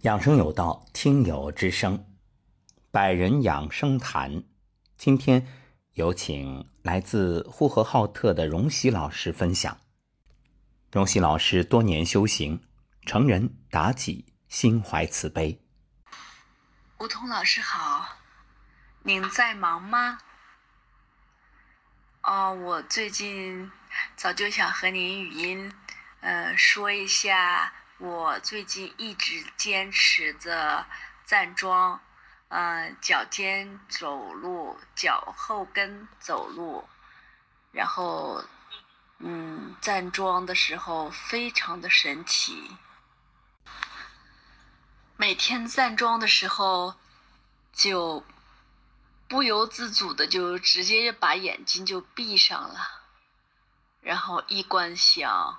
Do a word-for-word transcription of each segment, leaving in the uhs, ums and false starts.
养生有道，听友之声，百人养生谈。今天有请来自呼和浩特的荣喜老师分享。荣喜老师多年修行，成人达己，心怀慈悲。 吴桐老师好，您在忙吗？哦，我最近早就想和您语音，呃，说一下我最近一直坚持着站桩，嗯、呃，脚尖走路，脚后跟走路，然后，嗯，站桩的时候非常的神奇。每天站桩的时候，就不由自主的就直接把眼睛就闭上了，然后一观想，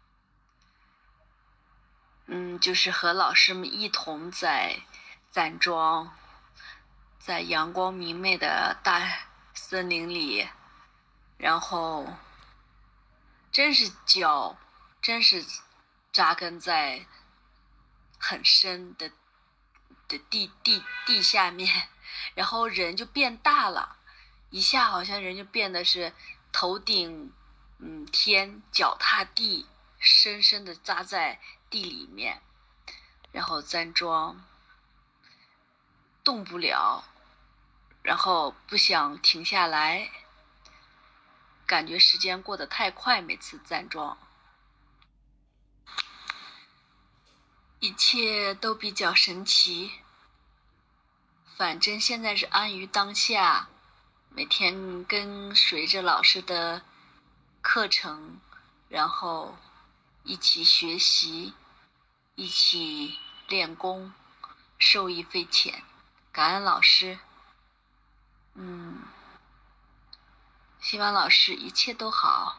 嗯，就是和老师们一同在站桩，在阳光明媚的大森林里，然后真是脚真是扎根在很深的的地地地下面，然后人就变大了，一下好像人就变得是头顶嗯天，脚踏地，深深的扎在地里面，然后站桩动不了，然后不想停下来，感觉时间过得太快，每次站桩一切都比较神奇。反正现在是安于当下，每天跟随着老师的课程，然后一起学习，一起练功，受益匪浅，感恩老师。嗯，希望老师一切都好。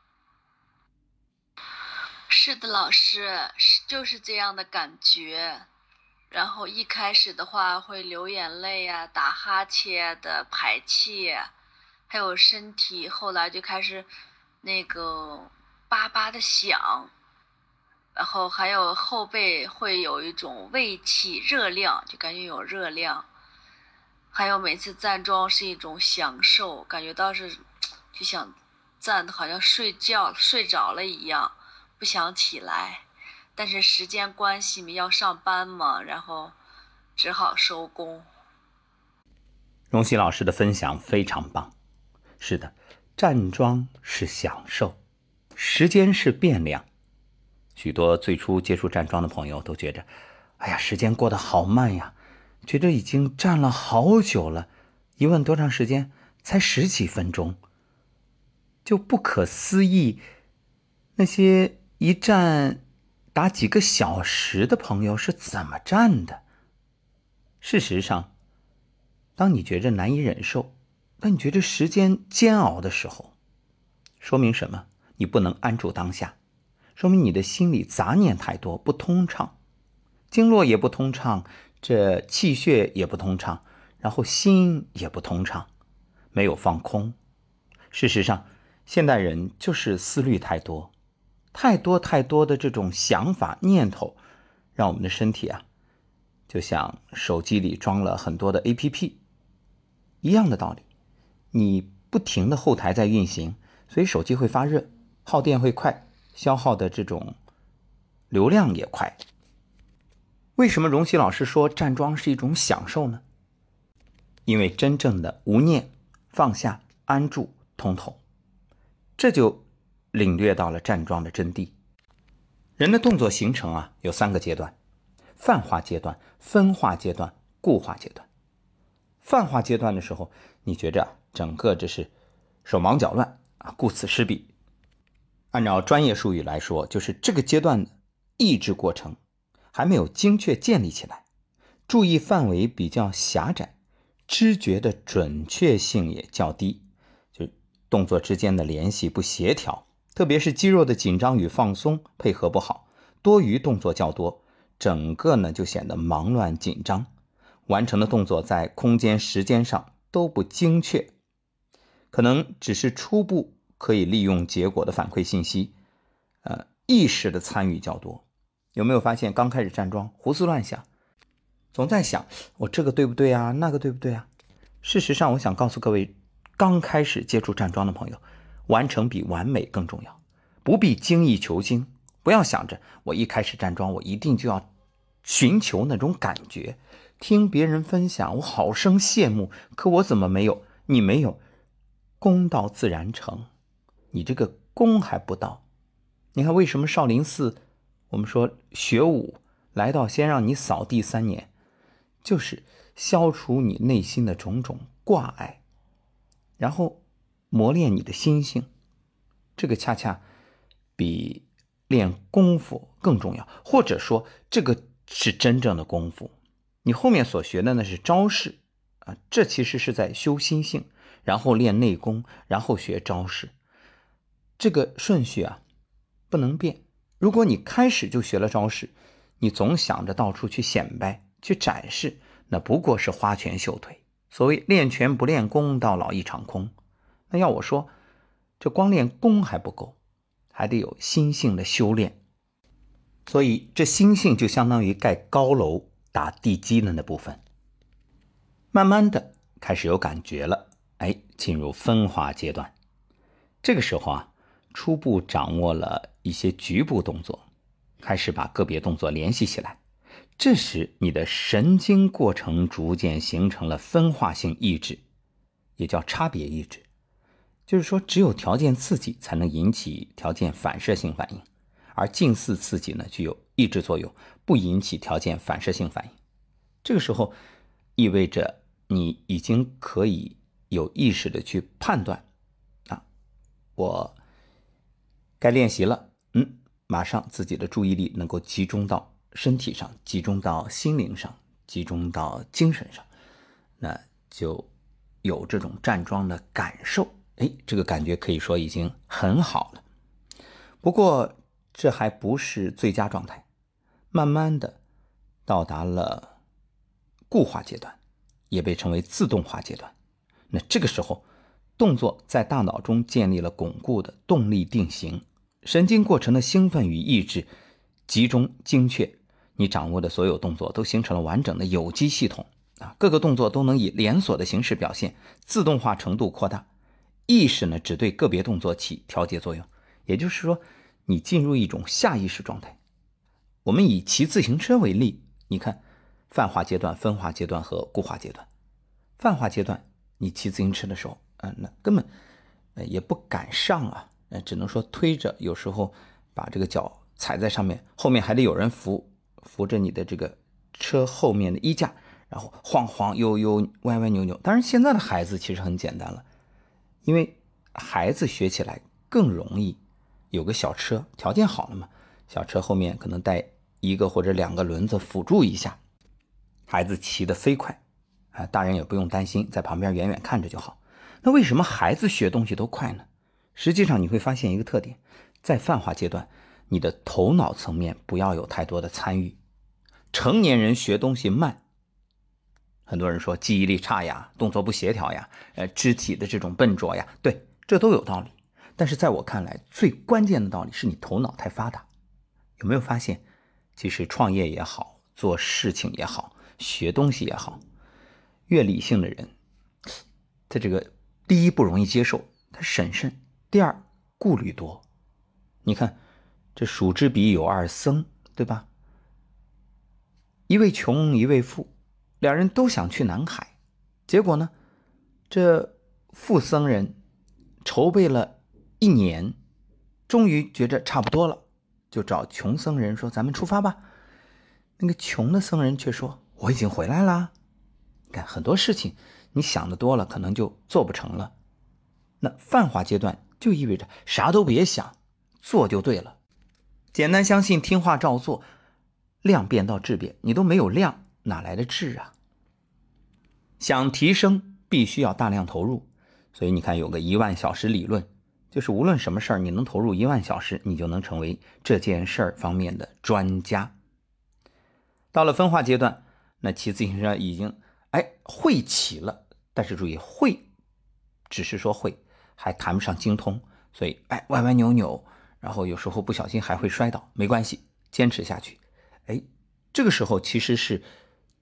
是的，老师，就是这样的感觉。然后一开始的话会流眼泪啊，打哈欠的排气，还有身体后来就开始那个叭叭的响，然后还有后背会有一种胃气热量，就感觉有热量，还有每次站桩是一种享受，感觉到是就想站的好像睡觉睡着了一样，不想起来。但是时间关系嘛，要上班嘛，然后只好收工。 荣喜老师的分享非常棒。是的，站桩是享受，时间是变量。许多最初接触站桩的朋友都觉着，哎呀，时间过得好慢呀，觉着已经站了好久了，一问多长时间，才十几分钟，就不可思议。那些一站打几个小时的朋友是怎么站的？事实上，当你觉着难以忍受，当你觉着时间煎熬的时候，说明什么？你不能安住当下，说明你的心里杂念太多，不通畅，经络也不通畅，这气血也不通畅，然后心也不通畅，没有放空。事实上，现代人就是思虑太多，太多太多的这种想法念头，让我们的身体啊，就像手机里装了很多的 A P P 一样的道理，你不停的后台在运行，所以手机会发热，耗电会快，消耗的这种流量也快。为什么荣喜老师说站桩是一种享受呢？因为真正的无念、放下、安住、通透，这就领略到了站桩的真谛。人的动作形成啊，有三个阶段：泛化阶段、分化阶段、固化阶段。泛化阶段的时候，你觉着、啊、整个这是手忙脚乱啊，顾此失彼。按照专业术语来说，就是这个阶段的抑制过程还没有精确建立起来，注意范围比较狭窄，知觉的准确性也较低，就动作之间的联系不协调，特别是肌肉的紧张与放松配合不好，多余动作较多，整个呢就显得忙乱紧张，完成的动作在空间时间上都不精确，可能只是初步可以利用结果的反馈信息，呃，意识的参与较多。有没有发现刚开始站桩胡思乱想， 总在想我这个对不对啊，那个对不对啊。事实上，我想告诉各位刚开始接触站桩的朋友，完成比完美更重要，不必精益求精。不要想着我一开始站桩我一定就要寻求那种感觉，听别人分享我好生羡慕，可我怎么没有？你没有，功到自然成，你这个功还不到。你看为什么少林寺我们说学武来到先让你扫地三年，就是消除你内心的种种挂碍，然后磨练你的心性。这个恰恰比练功夫更重要，或者说这个是真正的功夫。你后面所学的那是招式啊，这其实是在修心性，然后练内功，然后学招式。这个顺序啊不能变。如果你开始就学了招式，你总想着到处去显摆去展示，那不过是花拳绣腿。所谓练拳不练功，到老一场空。那要我说，这光练功还不够，还得有心性的修炼。所以这心性就相当于盖高楼打地基的那部分。慢慢的开始有感觉了，哎，进入分化阶段。这个时候啊，初步掌握了一些局部动作，开始把个别动作联系起来。这时你的神经过程逐渐形成了分化性意志，也叫差别意志。就是说只有条件刺激才能引起条件反射性反应，而近似刺激呢具有抑制作用，不引起条件反射性反应。这个时候意味着你已经可以有意识的去判断啊，我该练习了，嗯，马上自己的注意力能够集中到身体上，集中到心灵上，集中到精神上，那就有这种站桩的感受。哎，这个感觉可以说已经很好了。不过这还不是最佳状态，慢慢的到达了固化阶段，也被称为自动化阶段。那这个时候动作在大脑中建立了巩固的动力定型，神经过程的兴奋与抑制集中精确，你掌握的所有动作都形成了完整的有机系统啊，各个动作都能以连锁的形式表现，自动化程度扩大。意识呢，只对个别动作起调节作用，也就是说你进入一种下意识状态。我们以骑自行车为例，你看泛化阶段、分化阶段和固化阶段。泛化阶段你骑自行车的时候、呃、那根本、呃、也不敢上啊、呃、只能说推着，有时候把这个脚踩在上面，后面还得有人扶扶着你的这个车后面的衣架，然后晃晃悠悠歪歪扭扭。当然现在的孩子其实很简单了，因为孩子学起来更容易，有个小车，条件好了嘛，小车后面可能带一个或者两个轮子辅助一下，孩子骑得飞快啊，大人也不用担心，在旁边远远看着就好。那为什么孩子学东西都快呢？实际上你会发现一个特点，在泛化阶段，你的头脑层面不要有太多的参与。成年人学东西慢，很多人说记忆力差呀，动作不协调呀，呃，肢体的这种笨拙呀，对，这都有道理。但是在我看来，最关键的道理是你头脑太发达。有没有发现，其实创业也好，做事情也好，学东西也好，越理性的人，他这个第一不容易接受，他审慎；第二顾虑多。你看，这数之彼有二僧，对吧？一位穷，一位富。两人都想去南海，结果呢，这富僧人筹备了一年，终于觉着差不多了，就找穷僧人说：“咱们出发吧。”那个穷的僧人却说：“我已经回来了。”你看，很多事情你想的多了，可能就做不成了。那泛化阶段就意味着啥都别想，做就对了，简单相信，听话照做，量变到质变，你都没有量，哪来的质啊？想提升必须要大量投入，所以你看有个一万小时理论，就是无论什么事儿，你能投入一万小时，你就能成为这件事儿方面的专家。到了分化阶段，那骑自行车已经哎会骑了，但是注意会只是说会，还谈不上精通，所以哎歪歪扭扭，然后有时候不小心还会摔倒，没关系，坚持下去。哎，这个时候其实是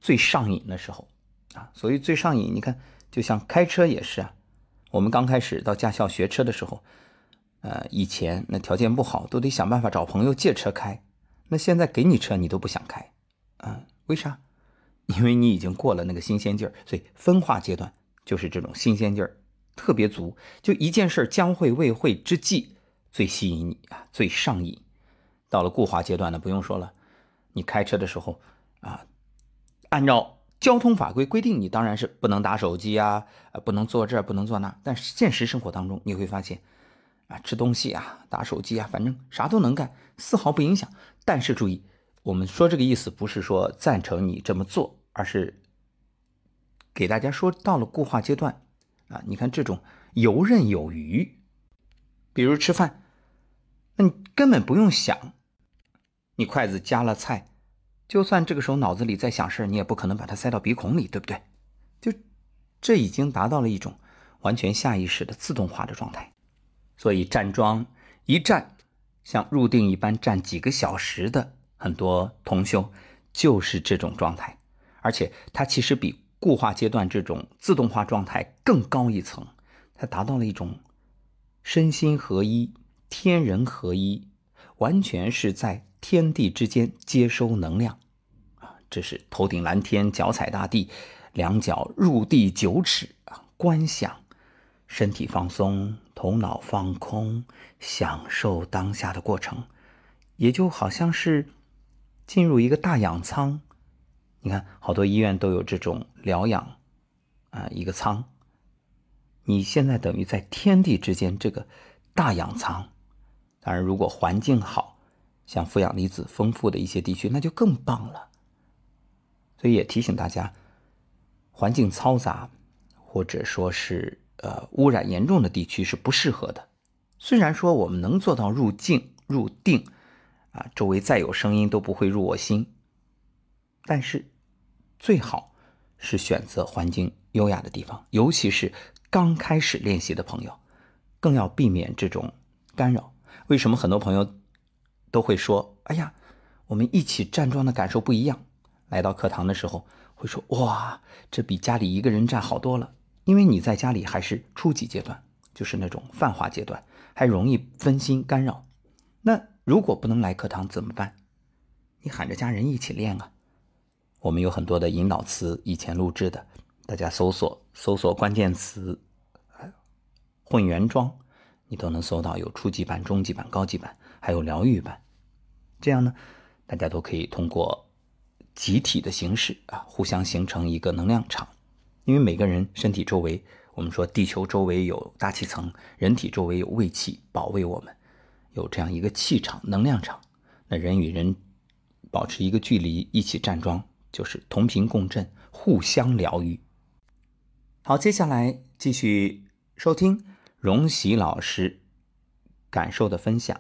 最上瘾的时候啊。所谓最上瘾，你看就像开车也是啊，我们刚开始到驾校学车的时候，呃，以前那条件不好，都得想办法找朋友借车开，那现在给你车你都不想开啊？为啥？因为你已经过了那个新鲜劲儿，所以分化阶段就是这种新鲜劲儿特别足，就一件事将会未会之际最吸引你啊，最上瘾。到了固化阶段呢，不用说了，你开车的时候啊，按照交通法规规定，你当然是不能打手机啊，不能坐这儿，不能坐那，但是现实生活当中你会发现啊，吃东西啊，打手机啊，反正啥都能干，丝毫不影响。但是注意，我们说这个意思不是说赞成你这么做，而是给大家说到了固化阶段啊，你看这种游刃有余。比如吃饭，那你根本不用想，你筷子夹了菜，就算这个时候脑子里在想事，你也不可能把它塞到鼻孔里，对不对？就这已经达到了一种完全下意识的自动化的状态。所以站桩一站像入定一般站几个小时的很多同修就是这种状态，而且它其实比固化阶段这种自动化状态更高一层，它达到了一种身心合一、天人合一，完全是在天地之间接收能量啊！这是头顶蓝天，脚踩大地，两脚入地九尺啊，观想身体放松，头脑放空，享受当下的过程，也就好像是进入一个大养仓。你看好多医院都有这种疗养啊，一个仓，你现在等于在天地之间这个大养仓。当然如果环境好，像负氧离子丰富的一些地区，那就更棒了。所以也提醒大家，环境嘈杂或者说是呃污染严重的地区是不适合的。虽然说我们能做到入静入定啊，周围再有声音都不会入我心，但是最好是选择环境优雅的地方，尤其是刚开始练习的朋友，更要避免这种干扰。为什么很多朋友都会说，哎呀，我们一起站桩的感受不一样，来到课堂的时候会说，哇，这比家里一个人站好多了。因为你在家里还是初级阶段，就是那种泛化阶段，还容易分心干扰。那如果不能来课堂怎么办？你喊着家人一起练啊。我们有很多的引导词，以前录制的，大家搜索搜索关键词混元桩，你都能搜到，有初级版、中级版、高级版，还有疗愈版。这样呢，大家都可以通过集体的形式啊，互相形成一个能量场。因为每个人身体周围，我们说地球周围有大气层，人体周围有卫气保卫我们，有这样一个气场、能量场。那人与人保持一个距离，一起站桩，就是同频共振，互相疗愈。好，接下来继续收听荣喜老师感受的分享。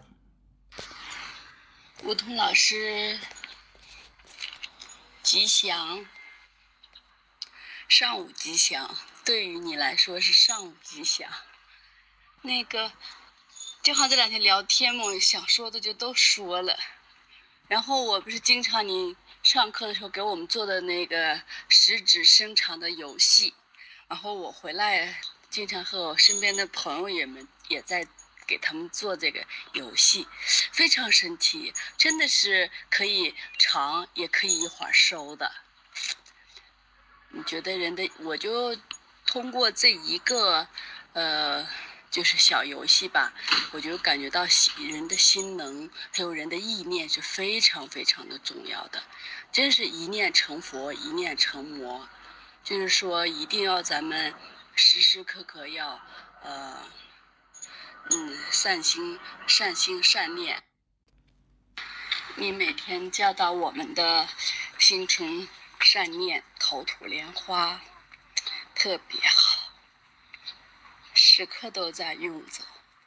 梧桐老师，吉祥，上午吉祥，对于你来说是上午吉祥。那个，正好这两天聊天嘛，想说的就都说了。然后我不是经常你上课的时候给我们做的那个十指伸长的游戏，然后我回来经常和我身边的朋友也们也在给他们做这个游戏，非常神奇，真的是可以长也可以一会儿收的。你觉得人的，我就通过这一个呃就是小游戏吧，我就感觉到人的心能还有人的意念是非常非常的重要的，真是一念成佛，一念成魔。就是说一定要咱们时时刻刻要呃嗯善心善心善念。你每天教导我们的心存善念，口吐莲花，特别好，时刻都在用着。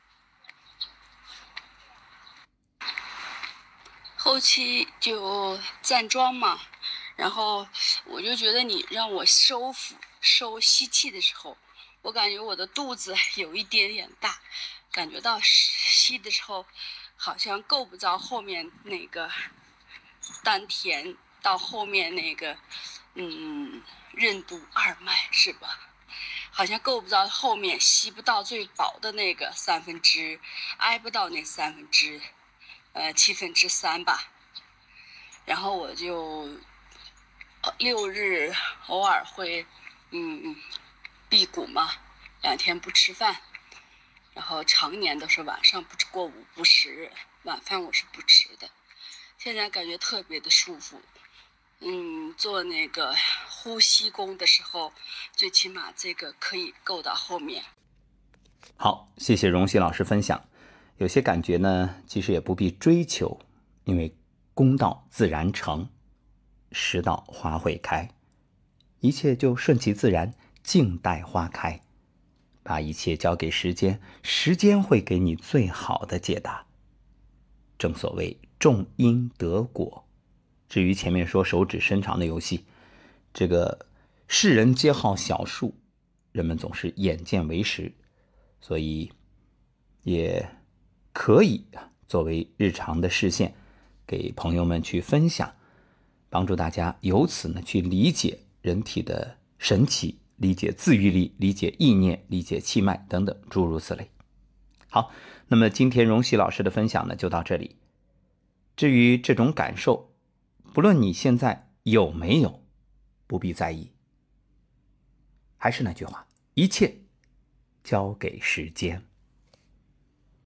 后期就站桩嘛，然后我就觉得你让我收腹收吸气的时候，我感觉我的肚子有一点点大，感觉到吸的时候好像够不着后面那个丹田到后面那个，嗯，任督二脉是吧？好像够不到后面，吸不到最薄的那个三分之，挨不到那三分之，呃，七分之三吧。然后我就六日偶尔会，嗯，辟谷嘛，两天不吃饭。然后常年都是晚上不吃，过午不食，晚饭我是不吃的。现在感觉特别的舒服，嗯，做那个呼吸功的时候，最起码这个可以够到后面。 好，谢谢荣喜老师分享。有些感觉呢，其实也不必追求，因为功到自然成，时到花会开，一切就顺其自然，静待花开。把一切交给时间，时间会给你最好的解答。正所谓种因得果。至于前面说手指伸长的游戏，这个世人皆好小数，人们总是眼见为实，所以也可以作为日常的视线给朋友们去分享，帮助大家由此呢去理解人体的神奇，理解自愈力，理解意念，理解气脉等等诸如此类。好，那么今天荣喜老师的分享呢就到这里。至于这种感受，不论你现在有没有，不必在意。还是那句话，一切交给时间。